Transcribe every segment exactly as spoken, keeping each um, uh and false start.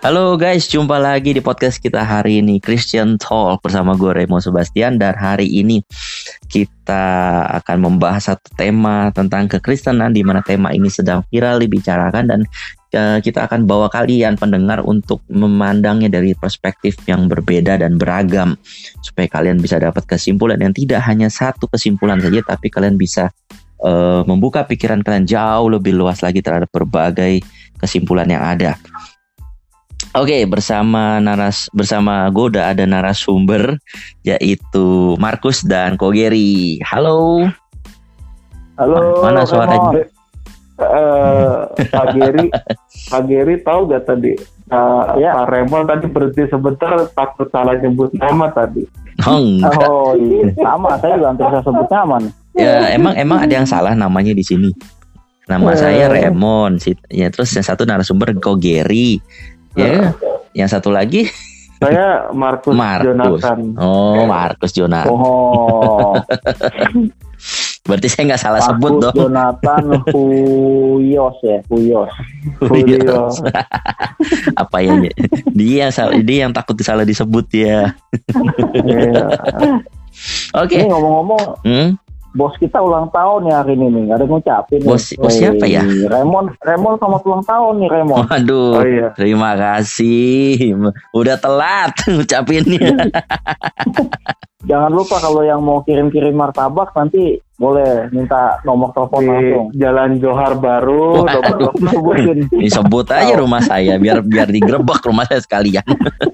Halo guys, jumpa lagi di podcast kita hari ini, Christian Talk bersama gue Remo Sebastian. Dan hari ini kita akan membahas satu tema tentang kekristenan, di mana tema ini sedang viral dibicarakan. Dan uh, kita akan bawa kalian pendengar untuk memandangnya dari perspektif yang berbeda dan beragam, supaya kalian bisa dapat kesimpulan yang tidak hanya satu kesimpulan saja, tapi kalian bisa uh, membuka pikiran kalian jauh lebih luas lagi terhadap berbagai kesimpulan yang ada. Oke, bersama naras bersama gue udah ada narasumber, yaitu Markus dan Kogeri. Halo. Halo. Mana suaranya? Uh, Pak Geri, Pak Geri tahu gak tadi? Uh, ya. Pak Remon tadi berhenti sebentar, takut salah nyebut nama tadi. Oh, enggak. Oh iya, sama. Saya juga hampir saya sebut nama nih. Ya, emang emang ada yang salah namanya di sini. Nama uh. saya Remon, ya, terus yang satu narasumber Kogeri. Ya, yang satu lagi saya Markus Jonathan. Oh, Markus Jonathan. Oh. Berarti saya nggak salah Markus sebut dong. Jonathan Huyos ya, Huyos. Huyos. Apa ya? Dia yang salah, dia yang takut salah disebut ya. Yeah. Oke. Okay. Ngomong-ngomong, hmm? Bos kita ulang tahun ya hari ini nih, ada ngucapin. Bos, nih. Bos siapa ya? Remon, Remon sama ulang tahun nih Remon. Waduh, oh, iya. Terima kasih. Udah telat ngucapinnya. Jangan lupa kalau yang mau kirim-kirim martabak nanti boleh minta nomor telepon di langsung. Jalan Johar Baru. Sebutin. Disebut aja rumah saya biar biar digerebek rumah saya sekalian.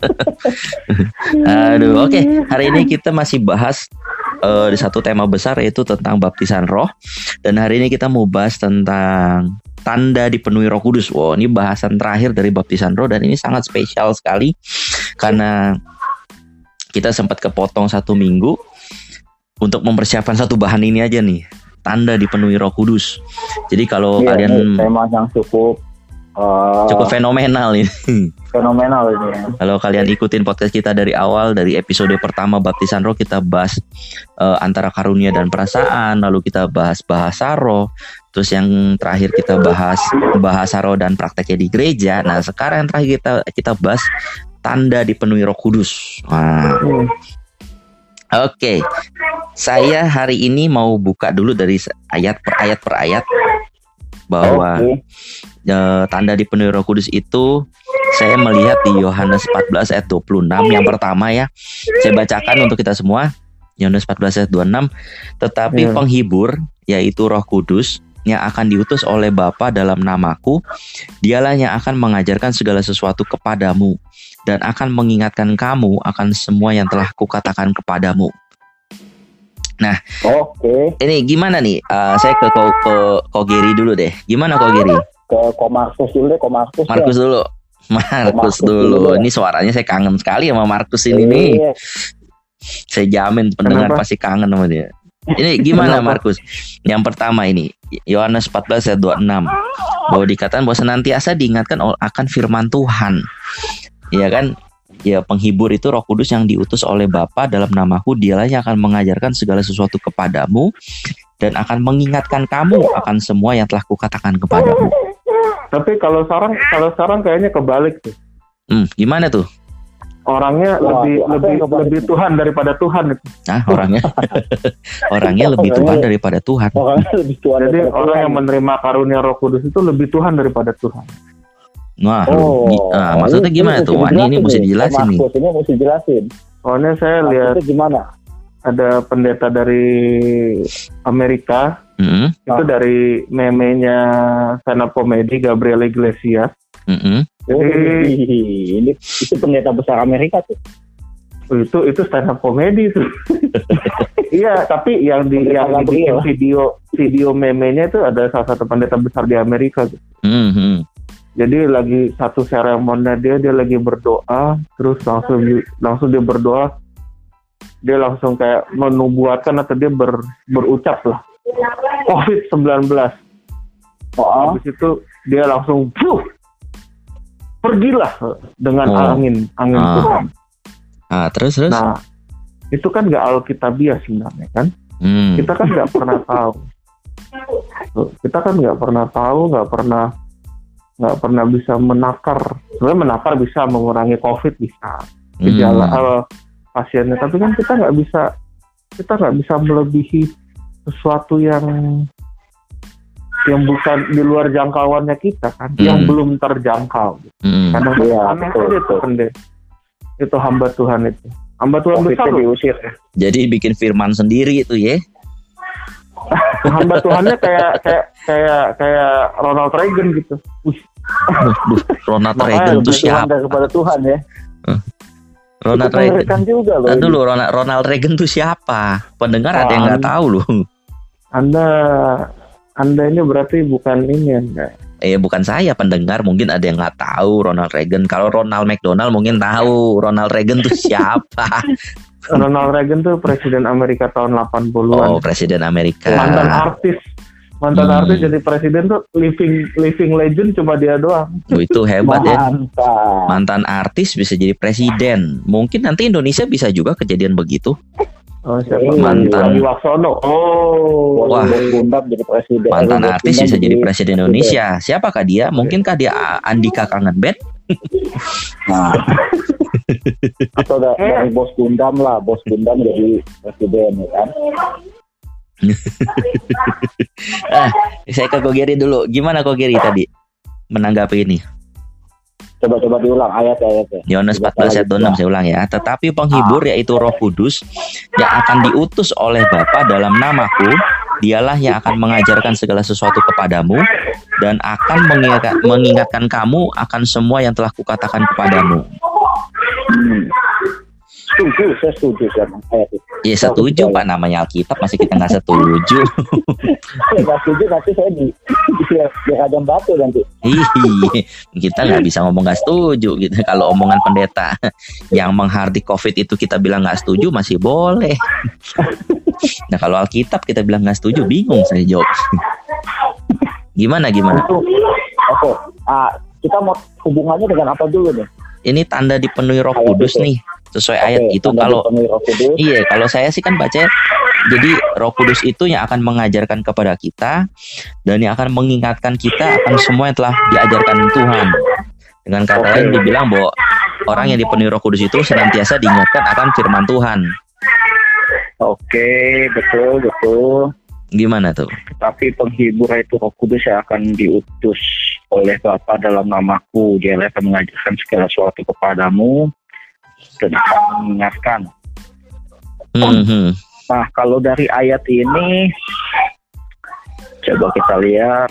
Aduh, oke. Okay. Hari ini kita masih bahas Uh, di satu tema besar, yaitu tentang baptisan roh. Dan hari ini kita mau bahas tentang tanda dipenuhi Roh Kudus. Wow, ini bahasan terakhir dari baptisan roh, dan ini sangat spesial sekali karena kita sempat kepotong satu minggu untuk mempersiapkan satu bahan ini aja nih, tanda dipenuhi Roh Kudus. Jadi kalau iya, kalian tema yang cukup uh, cukup fenomenal ini. Fenomenal ini ya. Kalau kalian ikutin podcast kita dari awal, dari episode pertama baptisan roh, kita bahas uh, antara karunia dan perasaan, lalu kita bahas bahasa roh, terus yang terakhir kita bahas bahasa roh dan prakteknya di gereja. Nah, sekarang yang terakhir kita kita bahas tanda dipenuhi Roh Kudus. Nah. Hmm. Oke, okay. Saya hari ini mau buka dulu dari ayat per ayat per ayat bahwa okay. uh, tanda dipenuhi Roh Kudus itu saya melihat di Yohanes empat belas ayat dua puluh enam. Yang pertama ya, saya bacakan untuk kita semua. Yohanes empat belas ayat dua puluh enam. Tetapi yeah. penghibur, yaitu Roh Kudus, yang akan diutus oleh Bapa dalam namaku, dialah yang akan mengajarkan segala sesuatu kepadamu dan akan mengingatkan kamu akan semua yang telah kukatakan kepadamu. Nah, oke. Okay. Ini gimana nih? Uh, saya ke ke ke Kogeri dulu deh. Gimana Kogeri? Ke Ko Markus dulu deh, Ko Markus. Markus ya. dulu. Markus dulu. Ini suaranya saya kangen sekali sama Markus ini nih. Saya jamin pendengar Kenapa? pasti kangen sama dia. Ini gimana Markus? Yang pertama ini Yohanes empat belas ayat dua puluh enam, bahwa dikatakan bahwa senantiasa diingatkan akan firman Tuhan. Iya kan? Ya, penghibur itu Roh Kudus yang diutus oleh Bapa dalam namaku, dialah yang akan mengajarkan segala sesuatu kepadamu dan akan mengingatkan kamu akan semua yang telah kukatakan kepadamu. Tapi kalau sekarang kalau sekarang kayaknya kebalik tuh. Hmm, gimana tuh? Orangnya Wah, lebih lebih lebih Tuhan daripada Tuhan itu. Nah, orangnya orangnya lebih Tuhan daripada Tuhan. Orangnya lebih Tuhan. Jadi orang yang menerima karunia Roh Kudus itu lebih Tuhan daripada Tuhan. Wah, oh, nah, maksudnya gimana tuh? Wah, ini ini mesti dijelasin nih. Ini mesti jelasin. Soalnya saya lihat gimana? Ada pendeta dari Amerika. Mm-hmm. Itu dari meme-nya stand up comedy Gabriel Iglesias. Mm-hmm. Jadi, ini itu pendeta besar Amerika tuh. Itu itu stand up comedy tuh. Iya, tapi yang di pendeta yang dibikin video video meme-nya itu ada salah satu pendeta besar di Amerika tuh. Mm-hmm. Jadi lagi satu seremoninya dia dia lagi berdoa, terus langsung langsung dia berdoa, dia langsung kayak menubuatkan atau dia ber, berucap lah covid sembilan belas. Oh, habis itu dia langsung Puh! pergilah dengan oh. angin angin ah. Tuhan. Ah, terus terus. Nah, itu kan nggak alkitabiah sebenarnya kan? Hmm. Kita kan nggak pernah tahu. Kita kan nggak pernah tahu, nggak pernah nggak pernah bisa menakar. Sebenarnya menakar bisa, mengurangi COVID bisa, gejala Hmm. uh, pasiennya. Tapi kan kita nggak bisa, kita nggak bisa melebihi sesuatu yang yang bukan di luar jangkauannya kita kan, Hmm. yang belum terjangkau. Hmm. Kadang Iya, aneh betul, aja itu betul. kan deh. Itu hamba Tuhan itu. Hamba Tuhan besar COVID-nya loh. diusir ya. Jadi bikin firman sendiri itu ya. Hamba Tuhannya kayak kayak kayak kayak Ronald Reagan gitu. Wih, Duh, Ronald Makanya Reagan tuh Lebih Tuhan siapa? daripada Tuhan ya. Ronald Itu Reagan. mengerikan juga loh. Nah, ini. dulu Ronald, Ronald Reagan tuh siapa? Pendengar ada yang nggak tahu loh. Anda Anda ini berarti bukan ini Anda. Eh bukan saya, pendengar mungkin ada yang nggak tahu Ronald Reagan. Kalau Ronald McDonald mungkin tahu Ronald Reagan tuh siapa. Ronald Reagan tuh presiden Amerika tahun delapan puluhan. Oh, presiden Amerika. Mantan artis. Mantan Hmm. artis jadi presiden tuh living living legend cuma dia doang. Oh, itu hebat ya. Mantap. Mantan artis bisa jadi presiden. Mungkin nanti Indonesia bisa juga kejadian begitu. Oh, siapa? Eh, mantan. Wadi Waksono. Oh. Wah. Bos Gundam jadi presiden. Mantan Eh, artis Gundam bisa jadi presiden Indonesia. Siapakah dia? Mungkinkah dia Andika Kangen Band? Nah. Atau da- dari bos Gundam lah, bos Gundam jadi presiden ya kan. Ah, saya ke Kogeri dulu. Gimana Kogeri tadi menanggapi ini? Coba-coba diulang ayat-ayatnya. Yohanes empat belas ayat dua puluh enam saya ulang ya. Tetapi penghibur yaitu Roh Kudus yang akan diutus oleh Bapa dalam namaku, dialah yang akan mengajarkan segala sesuatu kepadamu dan akan mengingatkan, mengingatkan kamu akan semua yang telah kukatakan kepadamu. Hmm. Setuju, saya setuju sama ayat itu. Ya setuju Pak, namanya Alkitab, masih kita nggak setuju. Saya nggak setuju nanti saya di di di Rajam Batu nanti. Hihi, kita nggak bisa ngomong nggak setuju gitu. Kalau omongan pendeta yang menghardik COVID itu kita bilang nggak setuju masih boleh. Nah kalau Alkitab kita bilang nggak setuju, bingung saya jawab. Gimana gimana? Untuk oke, ah kita mau hubungannya dengan apa dulu nih? Ini tanda dipenuhi Roh Ayat Kudus itu. nih. Sesuai Oke, ayat itu tanda kalau dipenuhi Roh Kudus. iya kalau saya sih kan baca jadi Roh Kudus itu yang akan mengajarkan kepada kita dan yang akan mengingatkan kita akan semua yang telah diajarkan Tuhan. Dengan kata Oke. lain dibilang bahwa orang yang dipenuhi Roh Kudus itu senantiasa diingatkan akan firman Tuhan. Oke, betul betul. Gimana tuh? Tapi penghibur itu Roh Kudus yang akan diutus oleh Bapa dalam namaku. Dia akan mengajarkan segala sesuatu kepadamu dan akan mengingatkan. Hmm, Nah, kalau dari ayat ini coba kita lihat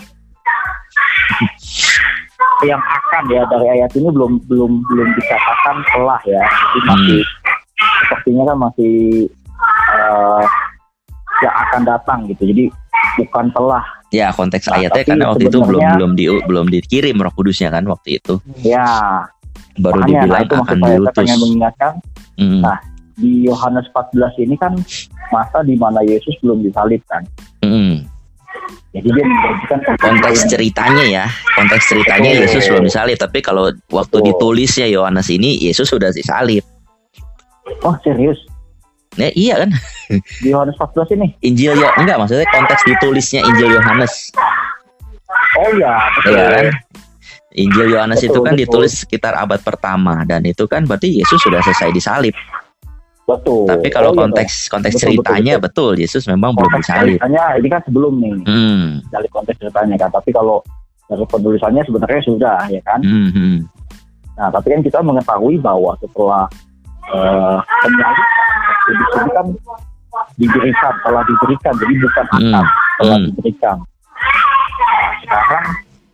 yang akan ya dari ayat ini belum belum belum dikatakan telah ya. Jadi masih sepertinya kan masih eh, yang akan datang gitu. Jadi bukan telah. Ya konteks Nah, ayatnya tapi karena waktu itu belum sebenarnya- belum di belum dikirim Roh Kudusnya kan waktu itu. Ya, Baru makanya, dibilang nah, itu akan maksud saya, saya diutus. pengen mengingatkan Hmm, Nah, di Yohanes empat belas ini kan masa di mana Yesus belum disalib kan. hmm. Jadi dia menjanjikan Konteks ceritanya ya, konteks ceritanya Betul. Yesus belum disalib, tapi kalau waktu Betul. ditulisnya Yohanes ini Yesus sudah disalib. Oh, serius? Ya, iya kan? Di Yohanes empat belas ini? Injil Yo enggak maksudnya konteks ditulisnya Injil Yohanes. Oh iya, betul. Iya kan? Injil Yohanes Betul, itu kan betul. ditulis sekitar abad pertama dan itu kan berarti Yesus sudah selesai disalib. Betul. Tapi kalau Oh, iya, konteks konteks Betul, ceritanya betul, betul, Yesus memang dong. belum konteks disalib. ceritanya ini kan sebelum nih Hmm. dari konteks ceritanya kan. Tapi kalau dari penulisannya sebenarnya sudah ya kan. Hmm, hmm. Nah, tapi kan kita mengetahui bahwa setelah uh, penyalib Kudus ini kan diberikan, telah diberikan, jadi bukan akan, telah Hmm. diberikan. Nah, sekarang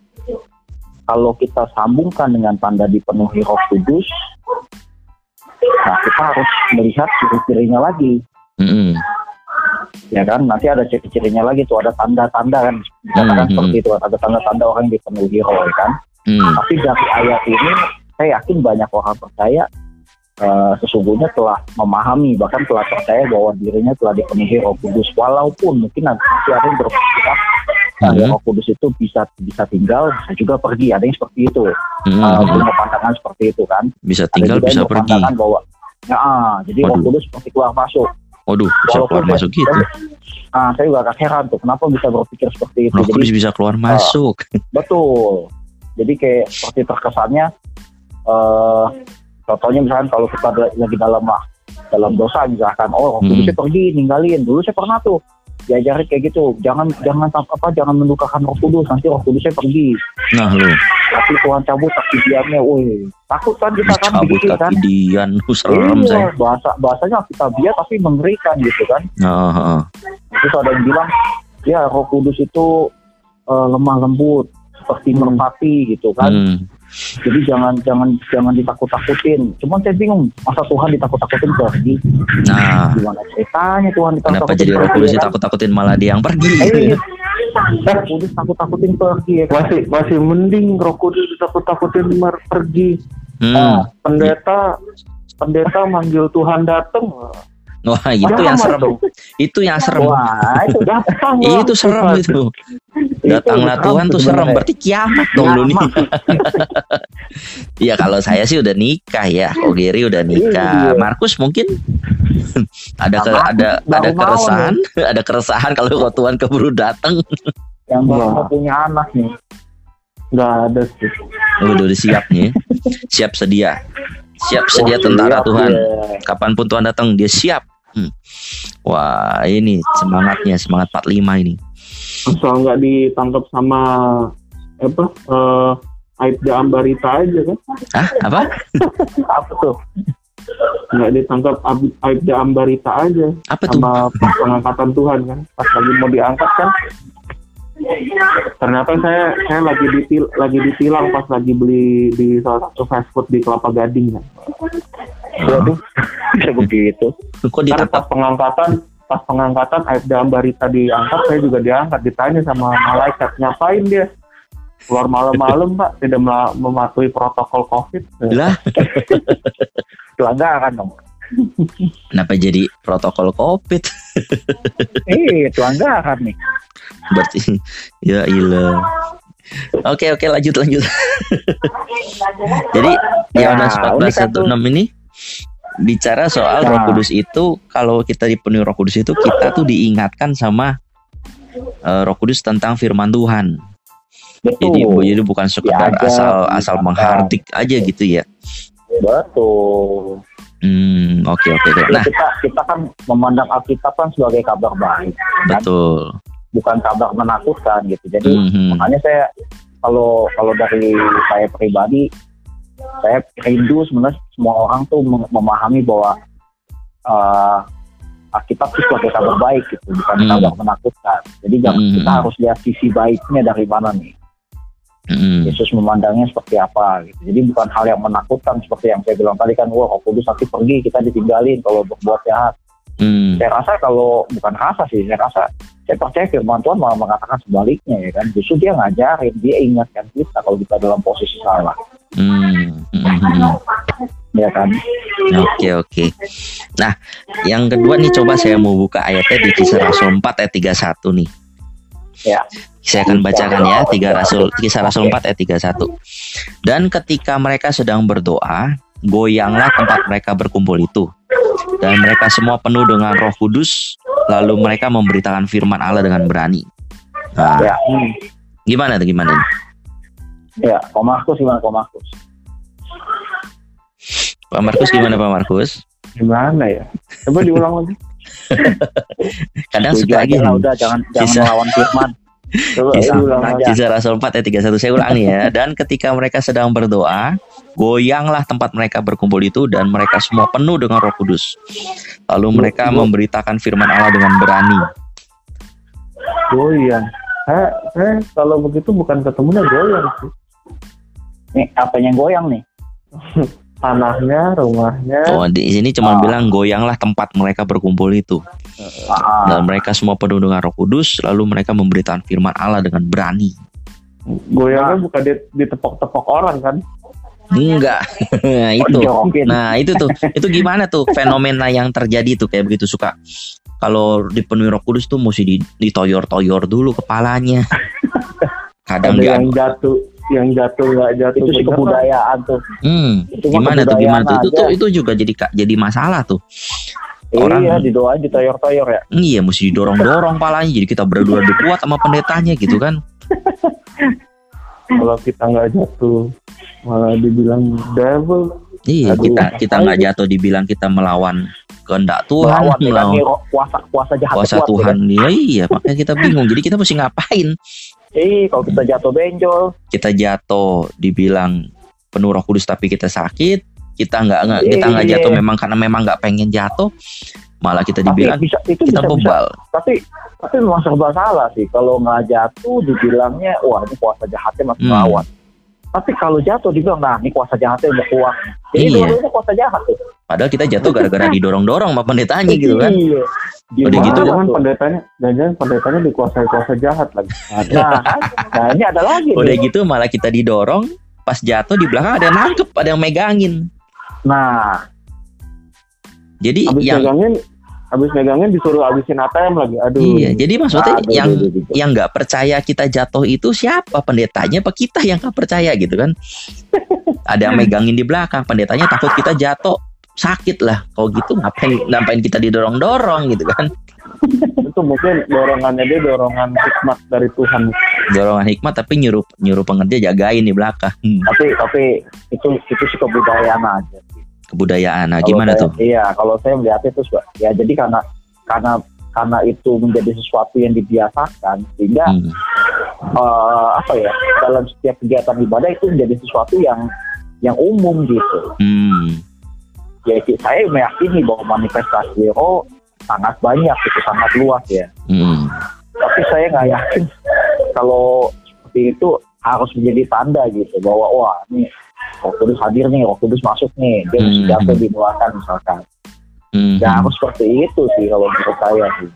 kalau kita sambungkan dengan tanda dipenuhi Roh Kudus, nah kita harus melihat ciri-cirinya lagi, Hmm. ya kan? Nanti ada ciri-cirinya lagi tuh, ada tanda-tanda kan, dikatakan Hmm. seperti itu, ada tanda-tanda orang yang dipenuhi Roh, ya kan? Hmm. Tapi dari ayat ini, saya yakin banyak orang percaya uh, sesungguhnya telah memahami, bahkan telah percaya bahwa dirinya telah dipenuhi Roh Kudus. Walaupun mungkin nanti ada yang berpikir, nah, Hmm. Roh Kudus itu bisa bisa tinggal, bisa juga pergi. Ada yang seperti itu, Hmm. uh, punya pandangan seperti itu kan. Bisa Ada tinggal juga bisa yang pergi. berpandangan bahwa, ya, ah, jadi Roh Waduh. Kudus seperti keluar masuk. Waduh, bisa Walaupun keluar saya- masuk gitu. Ah, saya juga agak heran tuh, kenapa bisa berpikir seperti itu. Roh Jadi Kudus bisa keluar masuk. betul. Jadi kayak seperti terkesannya, uh, contohnya misalkan kalau kita lagi dalam dalam dosa misalkan, oh waktu Hmm. saya pergi ninggalin. Dulu saya pernah tuh diajarin kayak gitu, jangan jangan apa jangan mendukakan Roh Kudus, nanti Roh Kudus saya pergi. Nah lu Tapi Tuhan cabut kaki diamnya, woi takut kan kita kan cabut begitu kan? kaki dian, uh, serem Iya, saya. bahasa bahasanya kita biar tapi mengerikan gitu kan. Oh, oh. Terus ada yang bilang, ya Roh Kudus itu uh, lemah lembut seperti Hmm. merpati gitu kan. Hmm. Jadi jangan jangan jangan ditakut-takutin. Cuman saya bingung, masa Tuhan ditakut-takutin pergi? Nah, Gimana ceritanya Tuhan kenapa ditakut-takutin jadi Roh pergi, Kudus ya kan? ditakut-takutin malah dia yang pergi? Eh, Roh Kudus takut-takutin pergi ya kan? Masih masih mending Roh Kudus ditakut-takutin mer- pergi. Hmm. Pendeta pendeta manggil Tuhan datang. Wah, itu yang serem. Itu yang serem. Wah, itu Datang. Itu serem itu. Datanglah Tuhan tuh serem. Berarti kiamat dong lu nih. Iya, kalau saya sih udah nikah ya. Kok Gary udah nikah. Iya. Markus mungkin ada ke, Sama aku ada baru ada mau keresahan, ada keresahan kalau kok Tuhan keburu datang. yang baru Wah. mau punya anak nih. Nggak ada sih. Udah udah siap nih. Siap sedia. Siap sedia Oh, tentara siap, Tuhan. ya. Kapanpun Tuhan datang dia siap. Hmm. Wah, ini semangatnya, semangat empat puluh lima ini. Asal nggak ditangkap sama apa? Eh, Aibda Ambarita aja kan? Hah? Apa? Apa tuh? Nggak ditangkap Ab- Aibda Ambarita aja Apa tuh? sama pengangkatan Tuhan kan? Pas lagi mau diangkat kan? Ternyata saya saya lagi ditil lagi ditilang pas lagi beli di salah satu fast food di Kelapa Gading kan. Waduh, bisa begitu. Kok Karena ditangkap? pas pengangkatan pas pengangkatan Aibda Ambarita diangkat, saya juga diangkat, ditanya sama malaikat, ngapain dia keluar malam-malam Pak, tidak mela- mematuhi protokol COVID. Lah, Pelanggaran dong. kenapa jadi protokol COVID? Eh, pelanggaran nih. Berarti ya ilah. Oke oke lanjut lanjut. Jadi Ya, Yohanes empat belas ini kan tuh- enam ini bicara soal Nah. Roh Kudus itu, kalau kita dipenuhi Roh Kudus itu kita tuh diingatkan sama eh, Roh Kudus tentang firman Tuhan. Jadi Betul. jadi bukan sekedar Diajar, asal asal diingatkan. menghardik aja gitu ya. Betul. Hmm, oke oke oke. Nah, kita kita kan memandang Alkitab kan sebagai kabar baik, kan? betul. Bukan kabar menakutkan gitu. Jadi Mhm. makanya saya kalau kalau dari saya pribadi, saya rindu sebenarnya semua orang tuh mem- memahami bahwa uh, Alkitab itu sebagai kabar baik gitu, bukan Hmm. kabar menakutkan. Jadi jangan Hmm. kita harus lihat sisi baiknya dari mana nih. Mhm. Yesus memandangnya seperti apa gitu. Jadi bukan hal yang menakutkan seperti yang saya bilang tadi kan, wah Roh Kudus nanti pergi kita ditinggalin kalau berbuat jahat. Hmm. Saya rasa kalau bukan rasa sih, saya rasa saya percaya firman Tuhan malah mengatakan sebaliknya ya kan. Justru dia ngajarin, dia ingatkan kita kalau kita dalam posisi salah, Hmm. Mhm. ya kan. Oke oke. Nah, yang kedua nih coba saya mau buka ayatnya di Kisah Rasul empat ayat tiga puluh satu nih. Ya. Saya akan bacakan ya, tiga Rasul Kisah Rasul empat ayat tiga puluh satu. Dan ketika mereka sedang berdoa, goyanglah tempat mereka berkumpul itu. Dan mereka semua penuh dengan Roh Kudus, lalu mereka memberitakan firman Allah dengan berani. Nah, Ya, hmm. gimana tuh gimana? nih? ya, Pak Markus gimana Pak Markus? Pak Markus gimana Pak Markus? Gimana ya? Coba diulang lagi. Kadang Setuju suka aja gini. lah, udah jangan jangan Kisah- melawan firman. Coba Kisah, ulang aja. Kisah Rasul empat ayat tiga puluh satu saya ulang nih ya. Dan ketika mereka sedang berdoa, goyanglah tempat mereka berkumpul itu dan mereka semua penuh dengan Roh Kudus. Lalu mereka memberitakan firman Allah dengan berani. Goyang. Saya, saya kalau begitu bukan ketemunya goyang sih. Nih, apanya yang goyang nih? Tanahnya, rumahnya. Oh, di sini cuma Ah. bilang goyanglah tempat mereka berkumpul itu. Ah, Dan mereka semua penuh dengan Roh Kudus, lalu mereka memberitakan firman Allah dengan berani. Goyangnya bukan di- ditepok-tepok orang kan? Enggak. Nah, itu. dijorokin. Nah, itu tuh. Itu gimana tuh fenomena yang terjadi tuh kayak begitu suka. Kalau dipenuhi Roh Kudus tuh mesti di- ditoyor-toyor dulu kepalanya. Kadang Ada dia yang jatuh, yang jatuh nggak jatuh. itu sih bener, kebudayaan tuh. Hmm, Itu mah gimana tuh gimana tuh? Itu kebudayaan tuh aja. itu juga jadi ka- jadi masalah tuh. Orang- Iya, didoain ditoyor-toyor ya. Iya, mesti didorong-dorong palanya. Jadi kita berdua adu kuat sama pendetanya gitu kan. Kalau kita nggak jatuh malah dibilang devil. Iya, Aduh, kita kita nggak jatuh dibilang kita melawan kehendak Tuhan, Melawan ya kan, melawan nih, roh- kuasa kuasa jahat kuasa kuat, Tuhan. Iya, iya, makanya kita bingung. Jadi kita mesti ngapain? Ya kan? Eh, kalau kita jatuh benjol, Kita jatuh dibilang penuh Roh Kudus tapi kita sakit. Kita nggak nggak kita nggak Iya. jatuh memang karena memang nggak pengen jatuh. Malah kita tapi dibilang bisa itu kita bisa, bisa bebal. tapi tapi memang serba salah sih kalau nggak jatuh dibilangnya wah ini kuasa jahatnya masih Hmm. melawan. Tapi kalau jatuh dibilang nah ini kuasa jahatnya udah kuat. Jadi Iya. dua-duanya kuasa jahat tuh. Padahal kita jatuh gara-gara didorong-dorong sama pendetanya gitu kan. Iya. Udah gitu, Gimana Jangan tuh? pendetanya, jangan pendetanya dikuasai kuasa jahat lagi. Nah, nah ini ada lagi Udah nih. gitu malah kita didorong, pas jatuh di belakang ada yang nangkep, ada yang megangin. Nah, Jadi Abis yang megangin, abis megangin disuruh abisin A T M lagi. Aduh. iya, jadi maksudnya aduh, yang aduh, aduh, aduh. yang nggak percaya kita jatuh itu siapa? Pendetanya apa kita yang nggak percaya gitu kan? Ada yang megangin di belakang, pendetanya takut kita jatuh, sakit lah. Kalau gitu ngapain ngapain kita didorong-dorong gitu kan? Itu mungkin dorongannya dia dorongan hikmat dari Tuhan. Dorongan hikmat tapi nyuruh nyuruh pengerja jagain di belakang. Hmm, tapi tapi itu itu sih kebudayaan aja. kebudayaan. Nah, Kalau gimana saya- tuh? Iya, kalau saya melihat itu ya jadi karena karena karena itu menjadi sesuatu yang dibiasakan sehingga Hmm. eh, apa ya dalam setiap kegiatan ibadah itu menjadi sesuatu yang yang umum gitu. Hmm. Ya saya meyakini bahwa manifestasi roh sangat banyak itu sangat luas ya. Hmm. Tapi saya nggak yakin kalau seperti itu harus menjadi tanda gitu bahwa wah ini Roh Kudus hadir nih, Roh Kudus masuk nih, dia mesti Hmm. jatuh didoakan misalkan. Hmm. Ya harus seperti itu sih kalau menurut saya sih.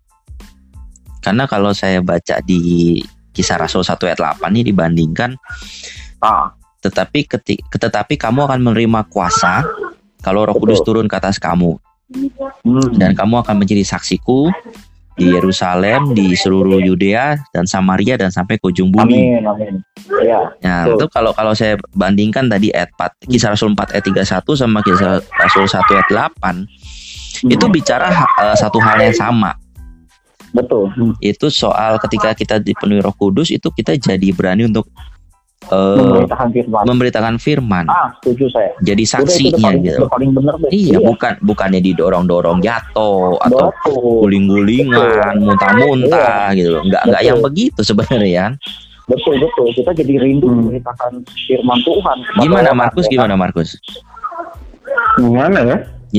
Karena kalau saya baca di Kisah Rasul satu ayat delapan ini dibandingkan, Ah, tetapi ketik, tetapi kamu akan menerima kuasa kalau Roh Kudus Betul. turun ke atas kamu, hmm. dan kamu akan menjadi saksiku di Yerusalem, di seluruh Yudea dan Samaria dan sampai ke ujung bumi. Amin, amin. Ya, Nah, Betul. itu kalau kalau saya bandingkan tadi ayat empat, Kisah Rasul empat ayat tiga puluh satu sama Kisah Rasul satu ayat delapan, Hmm. itu bicara uh, satu hal yang sama. betul. Hmm. Itu soal ketika kita dipenuhi Roh Kudus itu kita jadi berani untuk uh, Memberitakan firman. memberitakan firman. Ah, setuju saya. Jadi Udah, itu udah saksinya paling, gitu. udah paling bener deh. Iya, bukan bukannya didorong-dorong jatuh atau Betul. guling-gulingan, muntah-muntah gitu loh. Enggak enggak Betul. yang begitu sebenarnya kan. Betul, betul. Kita jadi rindu Hmm. memberitakan firman Tuhan. kepada Gimana orang, Markus? ya kan? Gimana Markus? Gimana ya?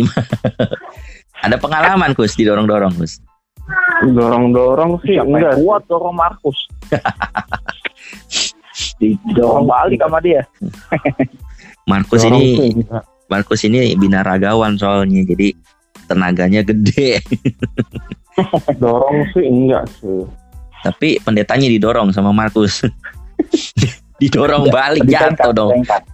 Ada pengalaman Kus didorong-dorong Kus? Dorong-dorong sih Siapa enggak. yang kuat dorong Markus? Didorong balik sama dia. Markus Dorong ini sih enggak. Markus ini binaragawan soalnya, jadi tenaganya gede. Dorong sih enggak sih. Tapi pendetanya didorong sama Markus. Didorong balik Ditengkat, jatuh dong. ditengkat.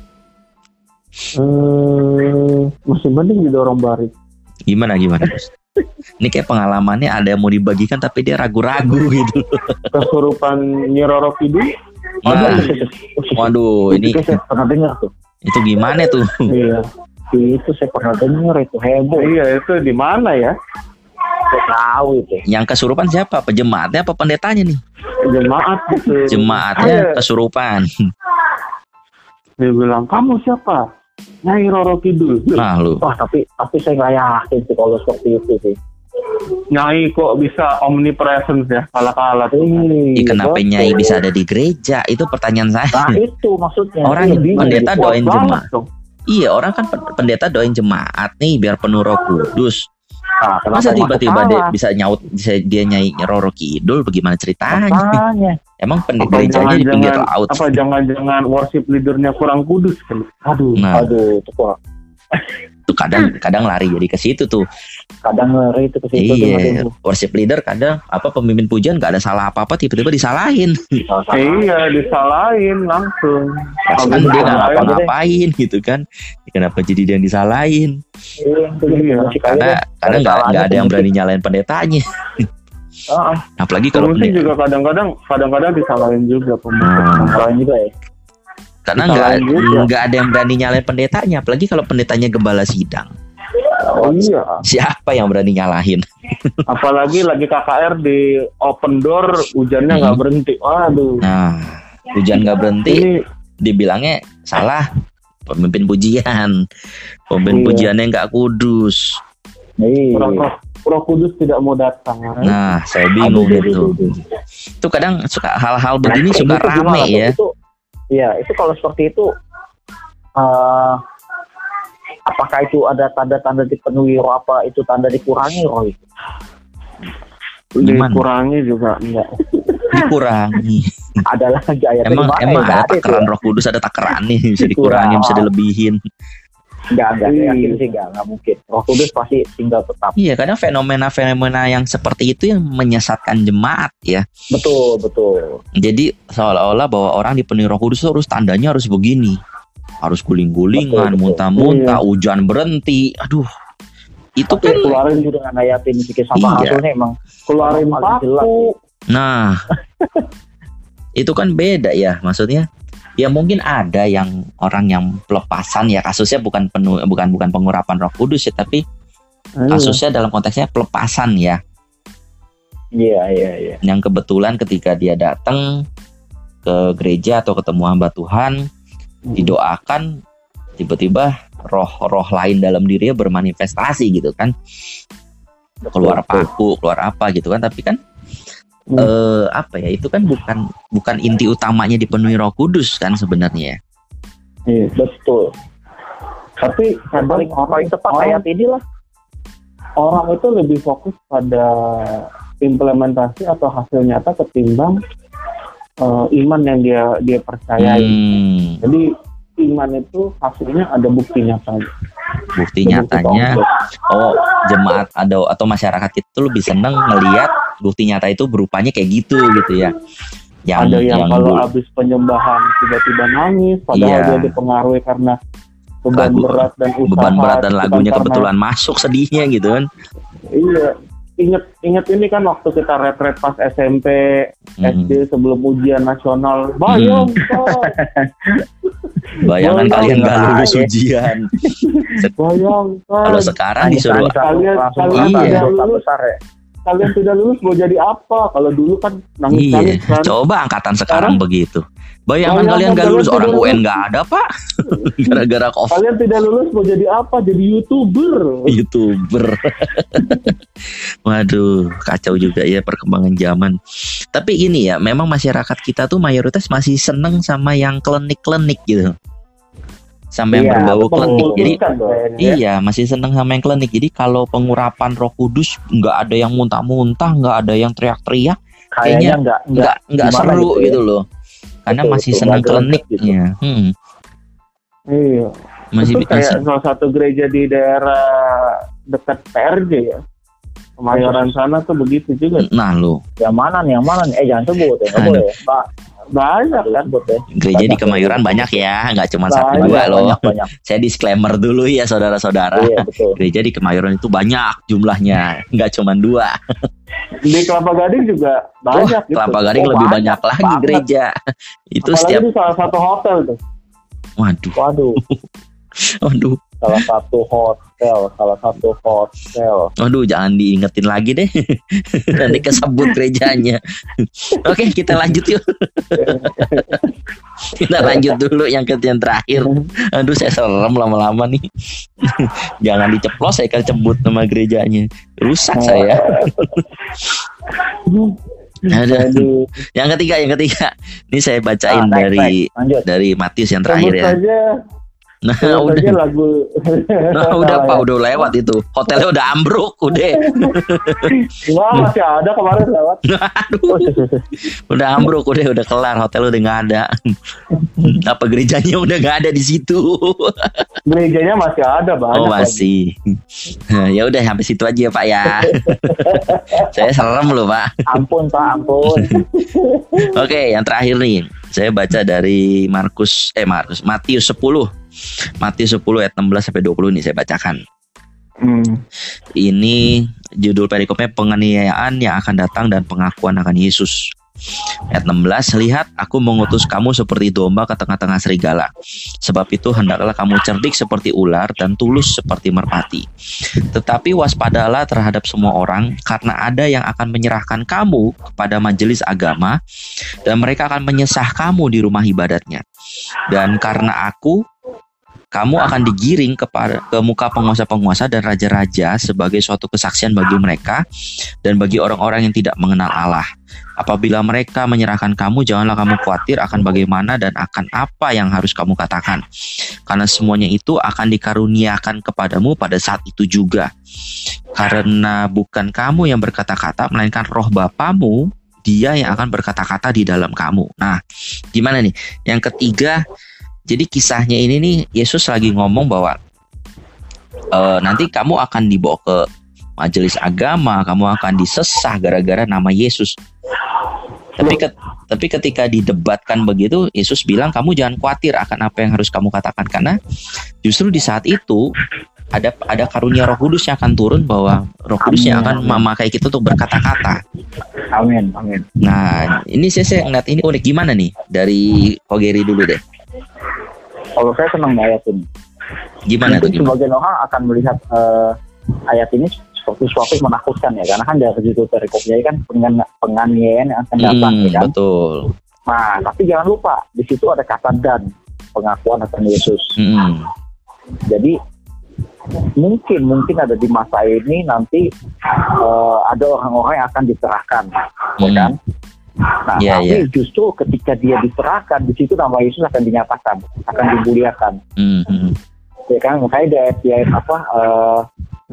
Hmm, masih mending didorong balik. Gimana gimana Kus? Ini kayak pengalamannya ada yang mau dibagikan tapi dia ragu-ragu gitu. Kesurupan Nyi Roro Kidul. Nah, waduh ini Itu saya pernah dengar tuh. itu gimana tuh? Iya. Itu saya pernah dengar itu heboh. Iya, itu di mana ya? Saya tahu itu. Yang kesurupan siapa? Pejemaatnya apa pendetanya nih? Jemaat gitu. Jemaatnya Ada. kesurupan. Dia bilang, "Kamu siapa?" Nyai Roro Kidul. Nah lu. Wah tapi tapi saya nggak yakin sih kalau seperti itu sih. Nyai kok bisa omnipresence ya? Kala-kala tuh. Ih, kenapa betul. Nyai bisa ada di gereja? Itu pertanyaan Nah saya. itu maksudnya. Orang Saya bingung pendeta gitu. doain Kuat jemaat. banget dong. Iya, orang kan pen- pendeta doain jemaat nih biar penuh Roh Kudus. Nah, kenapa Masa masuk tiba-tiba dia salah? bisa nyaut bisa dia Nyai Roro Kidul? Bagaimana ceritanya? Makanya. Emang pendeta Apa gerejanya di pinggir jangan-jangan laut? apa jangan-jangan worship leadernya kurang kudus kan? Aduh. Nah, Aduh itu kok tuh kadang kadang lari jadi ke situ tuh. kadang ngeri itu ke situ tuh, Iya, aduh. worship leader kadang apa pemimpin pujian gak ada salah apa-apa tiba-tiba disalahin. Salah salah. Iya, disalahin langsung. Perasaan Habis dia gak disalahin, ngapa-ngapain gitu kan. Kenapa jadi dia yang disalahin? Iya, itu jadi Iya. musik aja Karena deh. karena Ada nggak salahnya nggak ada tuh yang musik. berani nyalain pendetanya. Ah, Apalagi kalau Terusnya pendeta, juga kadang-kadang kadang-kadang disalahin juga pemerintah. Hmm. salahnya juga ya. karena nggak disalahin juga. nggak ada yang berani nyalain pendetanya. Apalagi kalau pendetanya gembala sidang, Oh iya, siapa yang berani nyalahin? apalagi lagi K K R di open door, hujannya nggak Hmm. berhenti. Waduh. Nah, hujan nggak berhenti, Ini dibilangnya salah pemimpin pujian, pemimpin Iya. pujiannya nggak kudus. Iya. Roh, roh, Roh Kudus tidak mau datang. Nah, saya bingung Aduh, gitu. aduh, aduh. Itu kadang suka hal-hal begini Nah, suka itu rame gimana tuh? ya. Itu, iya, itu kalau seperti itu, eh, apakah itu ada tanda-tanda dipenuhi roh, apa itu tanda dikurangi roh itu? Gimana? Dikurangi juga enggak. Dikurangi. Ada lagi ayat Emang mana emang yang ada nggak itu takaran ya? Roh Kudus, ada takaran nih, bisa dikurangin, bisa dilebihin. Enggak, enggak, saya Iya. yakin sih enggak, enggak mungkin. Roh Kudus pasti tinggal tetap. Iya, kadang fenomena-fenomena yang seperti itu yang menyesatkan jemaat ya. Betul, betul. Jadi seolah-olah bahwa orang dipenuhi Roh Kudus itu harus tandanya harus begini. Harus guling-gulingan, Betul, betul. muntah-muntah, Iya. hujan berhenti. Aduh. Itu Tapi kan keluarin juga dengan ayat ini sedikit sama Iya. hasilnya emang Keluarin paling jelas. paku. nah itu kan beda ya, maksudnya. Ya mungkin ada yang orang yang pelepasan ya, kasusnya bukan penuh bukan bukan pengurapan Roh Kudus ya, tapi kasusnya dalam konteksnya pelepasan ya. Iya, iya, iya. Yang kebetulan ketika dia datang ke gereja atau ketemu hamba Tuhan, didoakan, tiba-tiba roh-roh lain dalam dirinya bermanifestasi gitu kan, keluar paku, keluar apa gitu kan, tapi kan Hmm. eh, apa ya, itu kan bukan bukan inti utamanya dipenuhi Roh Kudus kan sebenarnya. Iya. Betul. Tapi Yang kadang paling orang, paling tepat orang, ayat ini lah. orang itu lebih fokus pada implementasi atau hasil nyata ketimbang eh, iman yang dia dia percayai. Hmm, Jadi iman itu hasilnya ada bukti nyata. bukti nyatanya, oh jemaat ada atau masyarakat kita tuh lebih seneng ngelihat bukti nyata itu berupanya kayak gitu gitu ya. Yang Ada yang, kalau dulu- habis penyembahan tiba-tiba nangis, padahal Iya. dia dipengaruhi karena beban Lagu- berat dan usaha. beban berat dan bukan lagunya karena- kebetulan masuk sedihnya gitu kan. Iya, inget inget ini kan waktu kita retret pas S M P, S Hmm. D sebelum ujian nasional, bayang Pak, Bayangan Boleh, kalian nggak nggak lulus ya. ujian. bayang Kalau Pak, sekarang disuruh Kalian- langsung kalian kata tidak dosa lulus. besar ya. kalian tidak lulus mau jadi apa? Kalau dulu kan nangis iya, nangis kan. coba angkatan sekarang begitu. Bayangan Bayangan kalian nggak kalian lulus, orang tidak U N lulus. nggak ada pak, gara-gara covid. Kalian tidak lulus mau jadi apa? Jadi youtuber. YouTuber. Waduh, kacau juga ya perkembangan zaman. Tapi ini ya, memang masyarakat kita tuh mayoritas masih seneng sama yang klinik-klinik gitu. Sama yang Iya, berbau betul. klinik. Jadi Kan, kayaknya. iya, masih seneng sama yang klinik. Jadi kalau pengurapan Roh Kudus nggak ada yang muntah-muntah, nggak ada yang teriak-teriak, Kayaknya enggak nggak nggak gimana seru gitu ya. gitu loh. Karena Betul, masih betul. seneng Nggak greget kliniknya. Hmm, Iya. masih Itu kayak masih- salah satu gereja di daerah dekat P R J ya. Kemayoran sana tuh begitu juga. Nah lo, Yang mana nih, yang mana nih? Eh jangan sebut ya, nggak Aduh. boleh. Pak, Banyak jangan kan. sebut ya. gereja di Banyak, Kemayoran banyak. banyak ya, nggak cuma satu Banyak, dua loh. Banyak, banyak. Saya disclaimer dulu ya saudara-saudara. Iya, betul. Gereja di Kemayoran itu banyak jumlahnya, nggak cuma dua. Di Kelapa Gading juga banyak Wah, gitu. Kelapa Gading Oh, lebih banyak banyak lagi banget. gereja. Itu Apalagi setiap, di salah satu hotel tuh. waduh, Waduh, waduh, salah satu hotel, salah satu hotel. waduh, jangan diingetin lagi deh. Nanti kesebut gerejanya. Oke, kita lanjut yuk. Kita lanjut dulu yang ke yang terakhir. Aduh, saya serem lama-lama nih. Jangan diceplos, saya kecebut nama gerejanya. Rusak saya. Ada. Aduh. Yang ketiga, yang ketiga. Ini saya bacain Ah, next, dari next. Lanjut. dari Matius yang terakhir Sebut ya. saja, Nah, sebut saja udah. lagu. Nah, udah Pak, udah lewat itu. Hotelnya udah ambruk, udah. Wah, masih ada kemarin lewat. Aduh, udah ambruk, udah udah kelar, hotel udah nggak ada. Apa gerejanya udah nggak ada di situ? Gerejanya masih ada banyak. Oh lagi. masih. Ya udah sampai situ aja ya Pak ya. Saya serem loh Pak. Ampun Pak, ampun. Oke, yang terakhir nih. Saya baca dari Markus eh Markus Matius sepuluh. Matius sepuluh ayat enam belas sampai dua puluh nih saya bacakan. Hmm. Ini judul perikopnya penganiayaan yang akan datang dan pengakuan akan Yesus. Ayat enam belas, lihat aku mengutus kamu seperti domba ke tengah-tengah serigala. Sebab itu hendaklah kamu cerdik seperti ular dan tulus seperti merpati. Tetapi waspadalah terhadap semua orang, karena ada yang akan menyerahkan kamu kepada majelis agama, dan mereka akan menyesah kamu di rumah ibadatnya. Dan karena aku, kamu akan digiring kepada ke muka penguasa-penguasa dan raja-raja sebagai suatu kesaksian bagi mereka dan bagi orang-orang yang tidak mengenal Allah. Apabila mereka menyerahkan kamu, janganlah kamu khawatir akan bagaimana dan akan apa yang harus kamu katakan. Karena semuanya itu akan dikaruniakan kepadamu pada saat itu juga. Karena bukan kamu yang berkata-kata, melainkan roh Bapamu, Dia yang akan berkata-kata di dalam kamu. Nah, gimana nih? Yang ketiga, jadi kisahnya ini nih, Yesus lagi ngomong bahwa e, nanti kamu akan dibawa ke majelis agama, kamu akan disesah gara-gara nama Yesus. Tapi ke, tapi ketika didebatkan begitu, Yesus bilang kamu jangan khawatir akan apa yang harus kamu katakan, karena justru di saat itu ada ada karunia Roh Kudus yang akan turun, bahwa Roh Kudus yang akan memakai kita untuk berkata-kata. Amin, amin. Nah, ini saya, saya ngeliat ini unik. Gimana nih dari Kogeri dulu deh? Kalau saya senang ayat ini. Gimana Mungkin tuh? Gimana? sebagian orang akan melihat uh, ayat ini seperti suatu yang menakutkan ya, karena kan dari situ perikopnya kan pengan, penganiayaan yang akan datang, Hmm, ya kan? betul. Nah, tapi jangan lupa di situ ada kata dan, pengakuan akan Yesus. Hmm. Jadi mungkin mungkin ada di masa ini nanti uh, ada orang-orang yang akan diserahkan, ya Hmm. kan? Nah, Yeah, tapi yeah. justru ketika dia diserahkan, di situ nama Yesus akan dinyatakan, akan dimuliakan. Hmm. Hmm. Ya kan, makanya di ayat, di ayat apa uh,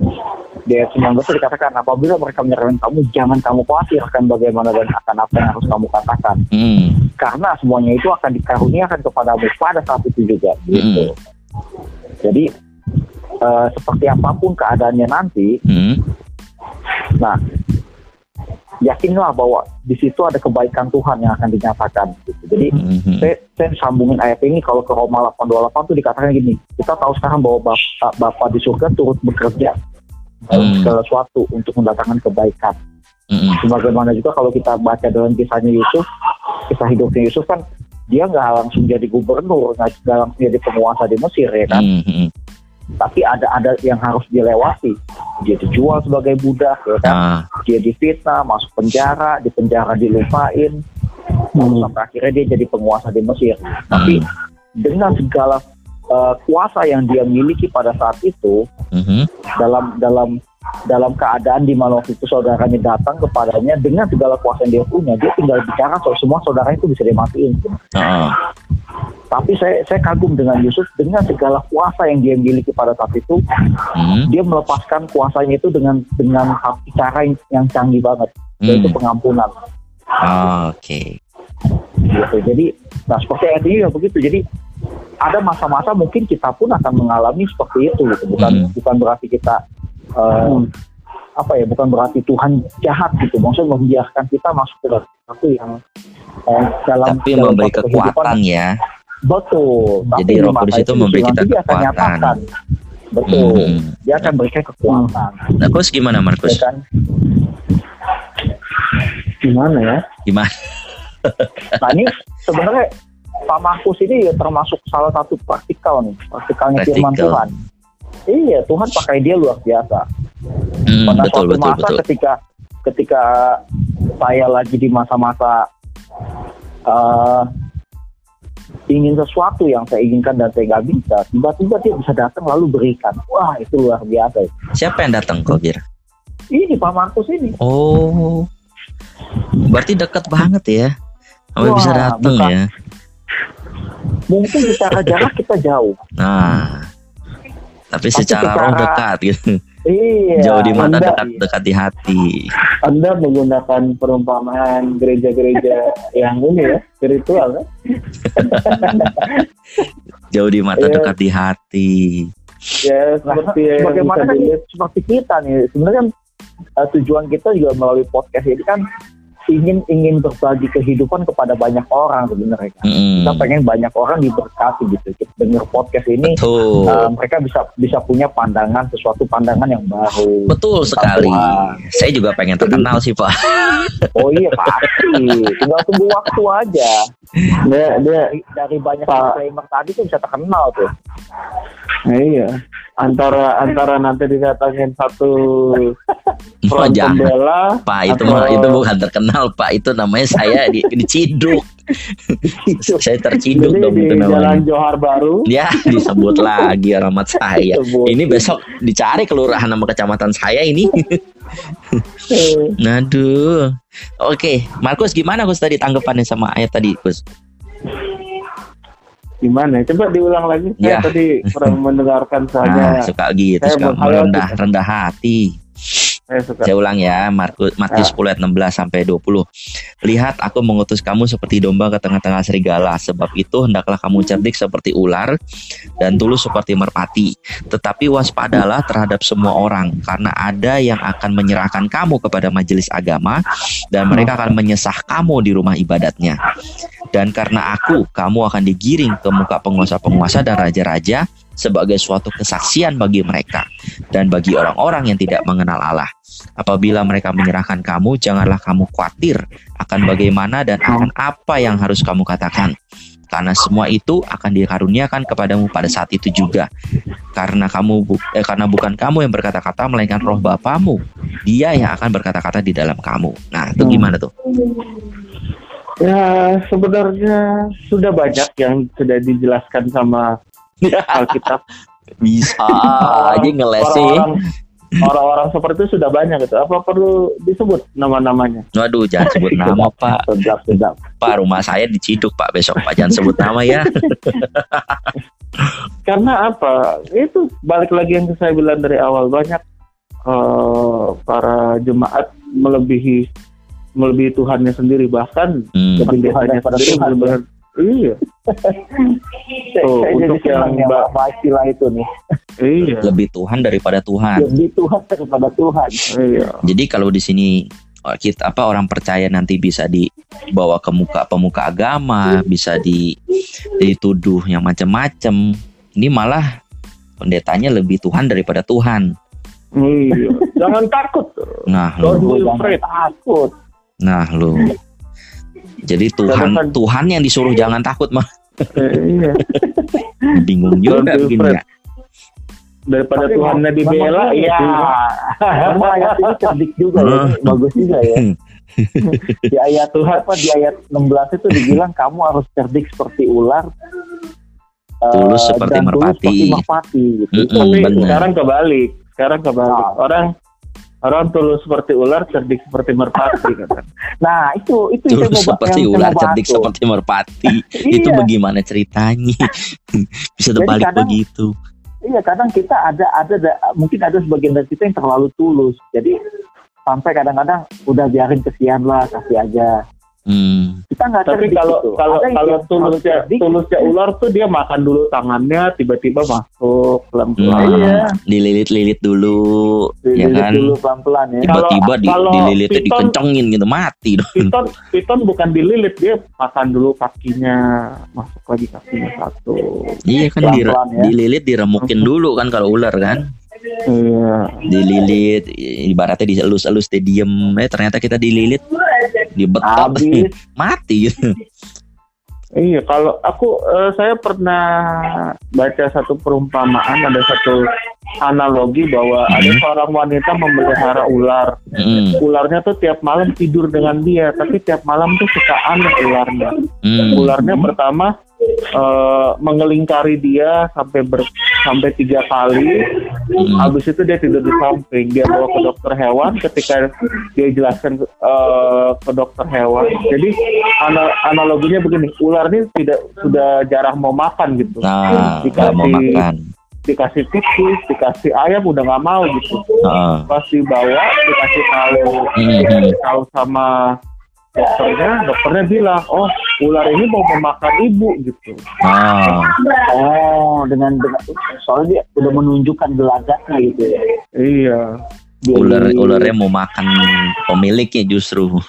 di ayat sembilan belas dikatakan, apabila mereka menyerahkan kamu, jangan kamu khawatir akan bagaimana dan akan apa yang harus kamu katakan. Hmm. Karena semuanya itu akan dikaruniakan kepadamu pada saat itu juga. Gitu. Hmm. Jadi uh, seperti apapun keadaannya nanti, Hmm. nah yakinlah bahwa di situ ada kebaikan Tuhan yang akan dinyatakan. Gitu. Jadi Hmm. saya, saya sambungin ayat ini, kalau ke Roma delapan dua puluh delapan itu dikatakan gini, kita tahu sekarang bahwa Bapa, Bapa di surga turut bekerja dalam Hmm. segala sesuatu untuk mendatangkan kebaikan. Hmm. Sebagaimana juga kalau kita baca dalam kisahnya Yusuf, kisah hidupnya Yusuf kan, dia nggak langsung jadi gubernur, nggak langsung jadi penguasa di Mesir, ya kan? Hmm. Tapi ada ada yang harus dilewati. Dia dijual sebagai budak, ya kan? Ah. Dia difitnah, masuk penjara, di penjara dilupain, lalu sampai akhirnya dia jadi penguasa di Mesir. Tapi dengan segala uh, kuasa yang dia miliki pada saat itu, Hmm. dalam dalam dalam keadaan di mana waktu itu saudaranya datang kepadanya dengan segala kuasa yang dia punya, dia tinggal bicara soal semua saudaranya itu bisa dimatiin. Ah. Tapi saya saya kagum dengan Yusuf, dengan segala kuasa yang dia miliki pada saat itu, Hmm. dia melepaskan kuasanya itu dengan dengan satu cara yang, yang canggih banget, yaitu Hmm. pengampunan. Ah, Oke. Gitu. Jadi, nah seperti ayat ini ya begitu. Jadi ada masa-masa mungkin kita pun akan mengalami seperti itu. Gitu. Bukan Hmm. bukan berarti kita uh, apa ya? Bukan berarti Tuhan jahat gitu. Maksudnya membiarkan kita masuk ke dalam sesuatu yang uh, dalam Tapi dalam memberi satu kekuatan kehidupan. ya. Betul. Jadi Tapi Roh di masa Kudus itu justru memberi kita nanti dia akan kekuatan. nyatakan. Betul. Hmm. Dia akan berikan kekuatan. Nah, Kus gimana, Markus? Ya kan? Gimana ya? Gimana? Nah ini sebenarnya Pak Markus ini ya termasuk salah satu praktikal nih, praktikalnya firman Praktikal. Tuhan. Iya, Tuhan pakai dia luar biasa. Hmm, Pada betul, suatu betul, masa betul. ketika ketika saya lagi di masa-masa uh, ingin sesuatu yang saya inginkan dan saya nggak bisa, tiba-tiba dia bisa datang lalu berikan. Wah, itu luar biasa. Siapa yang datang kok kira? Ini Pak Markus ini. Oh, berarti dekat banget ya, sampai Wah, bisa datang bukan. ya. Mungkin secara jarak kita jauh. Nah, tapi Tapi secara roh secara- dekat gitu. Iya. Jauh di mata, Anda- dekat dekat di hati. Anda menggunakan perumpamaan gereja-gereja yang ini ya, spiritual kan? Jauh di mata, Iya. dekat di hati. Ya, Nah, seperti yang bagaimana bisa kan dilihat. seperti kita nih sebenarnya kan, uh, tujuan kita juga melalui podcast ini kan ingin ingin berbagi kehidupan kepada banyak orang sebenarnya. Mm. Kita pengen banyak orang diberkati gitu. Kita dengar podcast ini, uh, mereka bisa bisa punya pandangan sesuatu pandangan yang baru. Betul sekali. Tuhan. Saya juga pengen terkenal sih Pak. Oh iya pasti. Tinggal tunggu waktu aja. Dia, dia dari banyak disclaimer tadi tuh bisa terkenal tuh. Nah, iya. Antara antara nanti didatangin satu front pembela, Pak, itu atau... mah itu bukan terkenal Pak, itu namanya saya di, diciduk. Saya terciduk jadi dong di itu namanya. Jalan Johar Baru. Ya disebut lagi alamat saya. Ini besok dicari kelurahan nama kecamatan saya ini. Aduh. Oke, Markus gimana Gus tadi tanggapannya sama ayat tadi Gus? Gimana? Coba diulang lagi. Saya ya. tadi kurang mendengarkan saja. Nah, suka gitu, suka merendah rendah hati. Saya, suka. Saya ulang ya, Markus Matius sepuluh ayat enam belas sampai dua puluh. Lihat, aku mengutus kamu seperti domba ke tengah-tengah serigala. Sebab itu hendaklah kamu cerdik seperti ular dan tulus seperti merpati. Tetapi waspadalah terhadap semua orang, karena ada yang akan menyerahkan kamu kepada majelis agama dan mereka akan menyesah kamu di rumah ibadatnya. Dan karena aku, kamu akan digiring ke muka penguasa-penguasa dan raja-raja sebagai suatu kesaksian bagi mereka dan bagi orang-orang yang tidak mengenal Allah. Apabila mereka menyerahkan kamu, janganlah kamu khawatir akan bagaimana dan akan apa yang harus kamu katakan. Karena semua itu akan dikaruniakan kepadamu pada saat itu juga. Karena kamu bu- eh, karena bukan kamu yang berkata-kata, melainkan Roh Bapamu. Dia yang akan berkata-kata di dalam kamu. Nah, itu gimana tuh? Ya, sebenarnya sudah banyak yang sudah dijelaskan sama Alkitab. Bisa aja ngelesin. Orang-orang, orang-orang seperti itu sudah banyak gitu. Apa perlu disebut nama-namanya? Waduh, jangan sebut nama Pak. Sedap, sedap. Pak, rumah saya diciduk Pak besok Pak, jangan sebut nama ya. Karena apa? Itu balik lagi yang saya bilang dari awal, banyak uh, para jemaat melebihi melebihi Tuhannya sendiri, bahkan hmm. pendetanya sendiri benar-benar iya. Oh, untuk yang mbak istilah itu nih. Iya. Lebih Tuhan daripada Tuhan. Lebih Tuhan daripada Tuhan. Iya. Jadi kalau di sini kita apa orang percaya nanti bisa dibawa ke muka pemuka agama, bisa di dituduh yang macam-macam. Ini malah pendetanya lebih Tuhan daripada Tuhan. Iya. Jangan takut. Nah, lo jangan takut. Nah, lo. Jadi Tuhan jangan, Tuhan yang disuruh jangan takut mah. Iya. Bingung juga begini ya. Daripada Tuhannya dibela, iya. Kamu ayat ini cerdik juga ya, bagus juga ya. Di ayat Tuhan apa di ayat enam belas itu dibilang kamu harus cerdik seperti ular, tulus uh, seperti merpati. Seperti merpati gitu. Mm-mm, Tapi bener. sekarang kebalik, sekarang kebalik. Nah. Orang orang tulus seperti ular, cerdik seperti merpati kan. Nah, itu itu tulus itu seperti ular, cerdik seperti merpati. Itu bagaimana ceritanya? Bisa terbalik kadang, begitu. Iya, kadang kita ada ada, ada mungkin ada sebagian dari kita yang terlalu tulus. Jadi sampai kadang-kadang udah biarin kesian lah, kasih aja. Hmm. Kita nggak tapi kalau gitu. kalau ada kalau tulusnya tulusnya ular tuh dia makan dulu tangannya, tiba-tiba masuk pelan-pelan. Hmm. Iya. Dililit-lilit dulu, dililit ya kan? Dulu pelan-pelan ya. Tiba-tiba di, dililit, piton, dikencengin gitu, mati dong. Piton, piton bukan dililit, dia makan dulu kakinya, masuk lagi kakinya satu. Iya kan, dire, ya. Dililit, diremukin dulu kan kalau ular kan. Iya. Dililit, ibaratnya dielus-elus, dia diem. Eh ternyata kita dililit, dibetot, mati. Iya, kalau aku uh, saya pernah baca satu perumpamaan, ada satu analogi bahwa hmm. ada seorang wanita memelihara ular. Hmm. Ularnya tuh tiap malam tidur dengan dia, tapi tiap malam tuh suka aneh ularnya. Hmm. Ularnya pertama uh, mengelingkari dia sampai ber, sampai tiga kali. Hmm. Habis itu dia tidur di samping. Dia bawa ke dokter hewan. Ketika dia jelaskan uh, ke dokter hewan, jadi ana- analoginya begini: ular ini tidak sudah jarang mau makan gitu. Nah, dikasih mau makan. dikasih tikus, dikasih ayam udah nggak mau gitu. Uh. Pas dibawa dikasih tahu, mm-hmm. tahu sama dokternya, dokternya bilang, oh ular ini mau memakan ibu gitu. Ah. Oh, dengan, dengan soalnya dia udah menunjukkan gelagatnya gitu ya. Iya. Ular ularnya mau makan pemiliknya justru.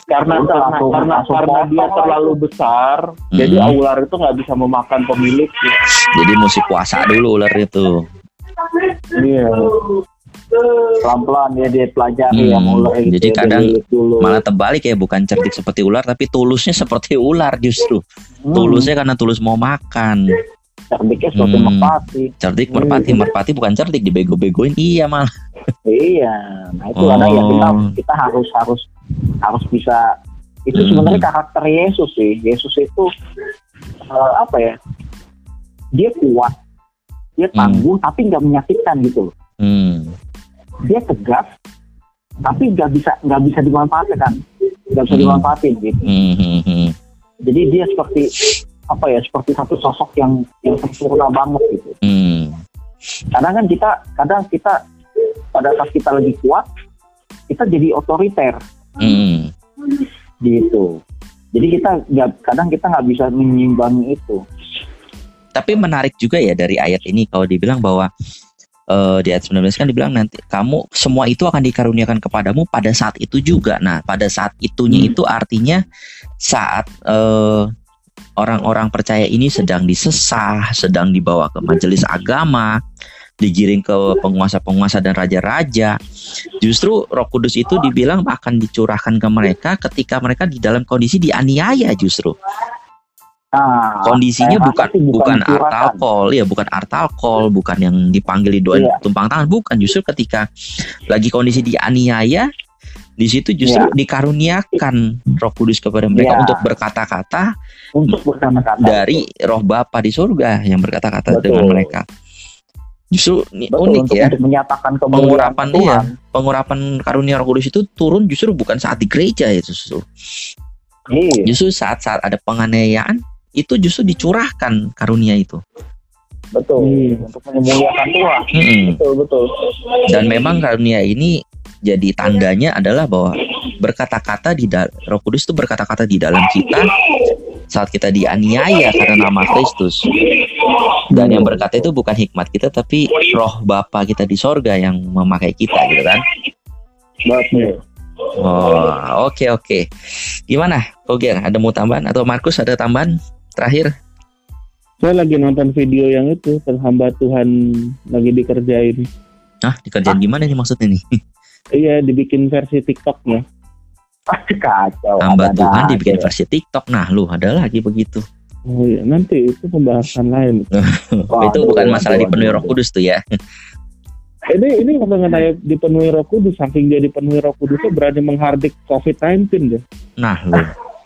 karena Udah karena langsung- karena, langsung karena dia potong. terlalu besar, Hmm. jadi ular itu nggak bisa memakan pemiliknya. Jadi mesti puasa dulu ular itu. Iya. Pelan-pelan ya dia pelajari Hmm, yang ular itu. jadi ya, dia kadang lilit dulu. Malah terbalik ya, bukan cerdik seperti ular tapi tulusnya seperti ular justru. Hmm, Tulusnya karena tulus mau makan. cerdiknya seperti Hmm. merpati. Cerdik merpati, merpati bukan cerdik, dibego-begoin. Iya malah. Iya, nah itu Oh. kadang ya kita kita harus harus harus bisa itu Hmm. sebenarnya karakter Yesus sih. Yesus itu eh, apa ya? Dia kuat, dia tangguh tapi nggak menyakitkan gitu loh. Hmm. Dia tegas tapi nggak bisa nggak bisa dimanfaatkan, nggak bisa Hmm. dimanfaatin gitu. Hmm, hmm, hmm. Jadi dia seperti apa ya? Seperti satu sosok yang yang sempurna banget gitu. Hmm. Kadang kan kita kadang kita pada saat kita lagi kuat kita jadi otoriter Hmm. gitu. Jadi kita nggak kadang kita nggak bisa menyimbangi itu. Tapi menarik juga ya dari ayat ini kalau dibilang bahwa eh, di ayat sembilan belas kan dibilang nanti kamu semua itu akan dikaruniakan kepadamu pada saat itu juga. Nah, pada saat itunya Hmm. itu artinya saat eh, orang-orang percaya ini sedang disesah, sedang dibawa ke majelis agama, digiring ke penguasa-penguasa dan raja-raja. Justru Roh Kudus itu dibilang akan dicurahkan ke mereka ketika mereka di dalam kondisi dianiaya justru. Nah, Kondisinya saya bukan rasa sih bukan dicurahkan. artalkol, ya bukan artalkol, bukan yang dipanggil didoain Iya. tumpang tangan, bukan. Justru ketika lagi kondisi dianiaya, di situ justru Iya. dikaruniakan Roh Kudus kepada mereka Iya. untuk berkata-kata untuk berkata-kata dari Roh Bapa di surga yang berkata-kata Betul. dengan mereka. Justru ini Betul, unik untuk, ya. untuk menyatakan kemuliaan Pengurapan Tuhan. iya, pengurapan karunia Roh Kudus itu turun justru bukan saat di gereja itu justru. Iya, Justru saat-saat ada penganiayaan itu justru dicurahkan karunia itu. betul. Hmm. Untuk memuliakan Tuhan. Mm-mm. Betul, betul. Dan memang karunia ini jadi tandanya adalah bahwa berkata-kata di dal- Roh Kudus itu berkata-kata di dalam kita saat kita dianiaya karena nama Kristus. Dan yang berkata itu bukan hikmat kita tapi Roh Bapa kita di sorga yang memakai kita gitu kan. Betul. Oh, oke oke. Gimana? Oke, ada mau tambahan atau Markus ada tambahan terakhir? Saya lagi nonton video yang itu, penghamba Tuhan lagi dikerjain. Ah, dikerjain gimana nih maksudnya nih? Iya, dibikin versi TikToknya. Kacau. Hamba ada-ada Tuhan aja. dibikin versi TikTok. Nah, lu ada lagi begitu. Oh iya, nanti itu pembahasan lain. Waduh, Itu bukan masalah waduh, dipenuhi waduh. Roh Kudus tuh ya. Ini ini mengenai dipenuhi Roh Kudus, saking dia dipenuhi Roh Kudusnya berani menghardik covid sembilan belas deh. Nah, lu.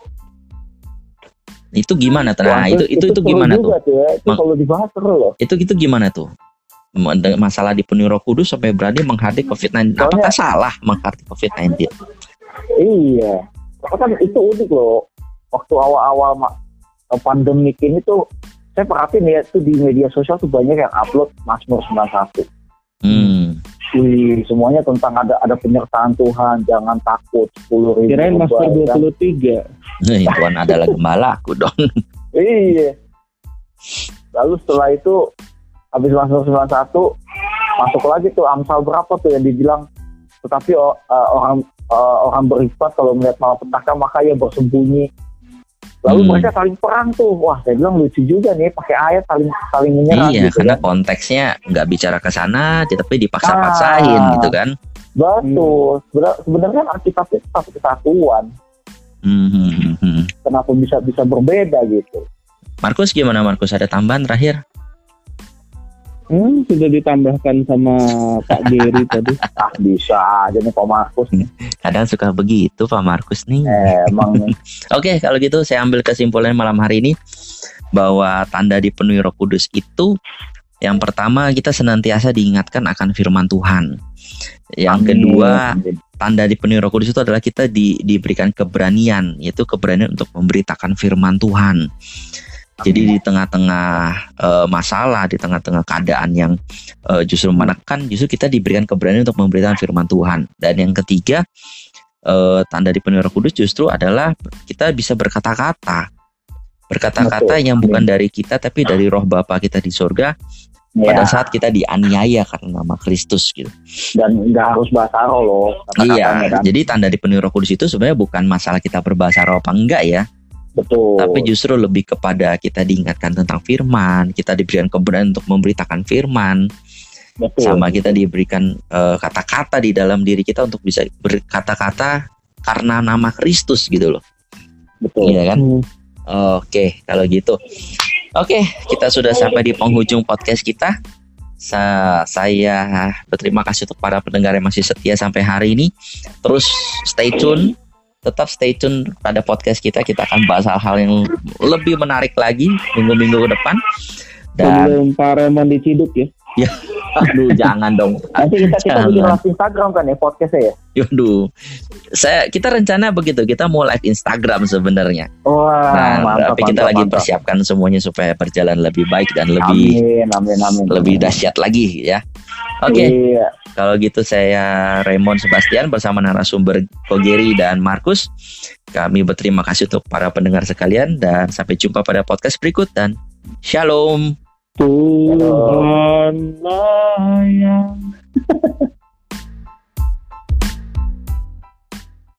Itu gimana tuh? Nah, Wah, itu itu itu seru gimana tuh? juga tuh ya. Itu Mak- kalau dibahas seru loh. Itu itu gimana tuh? M- Masalah dipenuhi Roh Kudus sampai berani menghardik covid sembilan belas. Soalnya- Apakah salah menghardik covid sembilan belas? Iya. Karena kan itu unik loh. Waktu awal-awal ma- pandemi ini tuh saya perhatiin ya tuh di media sosial tuh banyak yang upload Mazmur sembilan puluh satu. Hmm. Wih, semuanya tentang ada ada penyertaan Tuhan, jangan takut, sepuluh ribu. Kirain Master dua puluh tiga. Nih, Tuhan adalah gembalaku dong. Iya. Lalu setelah itu habis Mazmur sembilan puluh satu masuk lagi tuh Amsal berapa tuh yang dibilang tetapi o- uh, orang uh, orang beribadah kalau melihat malapetaka maka ia bersembunyi. Lalu Hmm. mereka saling perang tuh. Wah, saya bilang lucu juga nih pakai ayat saling saling menyerang Iya, gitu karena kan. konteksnya nggak bicara ke sana, tapi dipaksa-paksain Ah. gitu kan. Betul. Sebenarnya sebenarnya kan Alkitab itu satu kesatuan. Hmm, hmm, hmm, hmm. Kenapa bisa bisa berbeda gitu? Markus gimana Markus? Ada tambahan terakhir? Hmm, sudah ditambahkan sama Pak Geri tadi. Ah, bisa aja nih Pak Markus. Kadang suka begitu Pak Markus nih. Eh, emang Oke, kalau gitu saya ambil kesimpulan malam hari ini bahwa tanda dipenuhi Roh Kudus itu yang pertama kita senantiasa diingatkan akan firman Tuhan. Yang Amin. kedua, tanda dipenuhi Roh Kudus itu adalah kita di, diberikan keberanian, yaitu keberanian untuk memberitakan firman Tuhan. Jadi di tengah-tengah eh, masalah, di tengah-tengah keadaan yang eh, justru menekan, justru kita diberikan keberanian untuk memberitakan firman Tuhan. Dan yang ketiga, eh, tanda dipenuhi Roh Kudus justru adalah kita bisa berkata-kata. Berkata-kata Betul. yang bukan Amin. dari kita tapi dari Roh Bapa kita di surga pada Ya, saat kita dianiaya karena nama Kristus gitu. dan nggak harus bahasa roh loh. kata-katanya Iya, kan. jadi tanda dipenuhi Roh Kudus itu sebenarnya bukan masalah kita berbahasa roh apa enggak ya, Betul. tapi justru lebih kepada kita diingatkan tentang firman, kita diberikan keberanian untuk memberitakan firman, Betul. sama kita diberikan eh, kata-kata di dalam diri kita untuk bisa berkata-kata karena nama Kristus gitu loh. Betul. Iya kan? Hmm. Oke, kalau gitu. Oke, kita sudah sampai di penghujung podcast kita. Sa- saya berterima kasih untuk para pendengar yang masih setia sampai hari ini. Terus stay tune, tetap stay tune pada podcast kita. Kita akan bahas hal-hal yang lebih menarik lagi minggu-minggu ke depan. Dan Sebelum Pak Raymond diciduk ya. aduh jangan dong. Nanti kita kita Jangan. bikin live Instagram kan ya podcastnya ya. Yaudah, saya kita rencana begitu, kita mau live Instagram sebenarnya. Wah, Nah, mantap, tapi kita mantap, lagi mantap. persiapkan semuanya supaya berjalan lebih baik dan lebih Amin, amin, amin. lebih dahsyat lagi ya. Oke, Iya. kalau gitu saya Raymond Sebastian bersama narasumber Kogeri dan Markus. Kami berterima kasih untuk para pendengar sekalian dan sampai jumpa pada podcast berikut dan shalom. Tuhan yang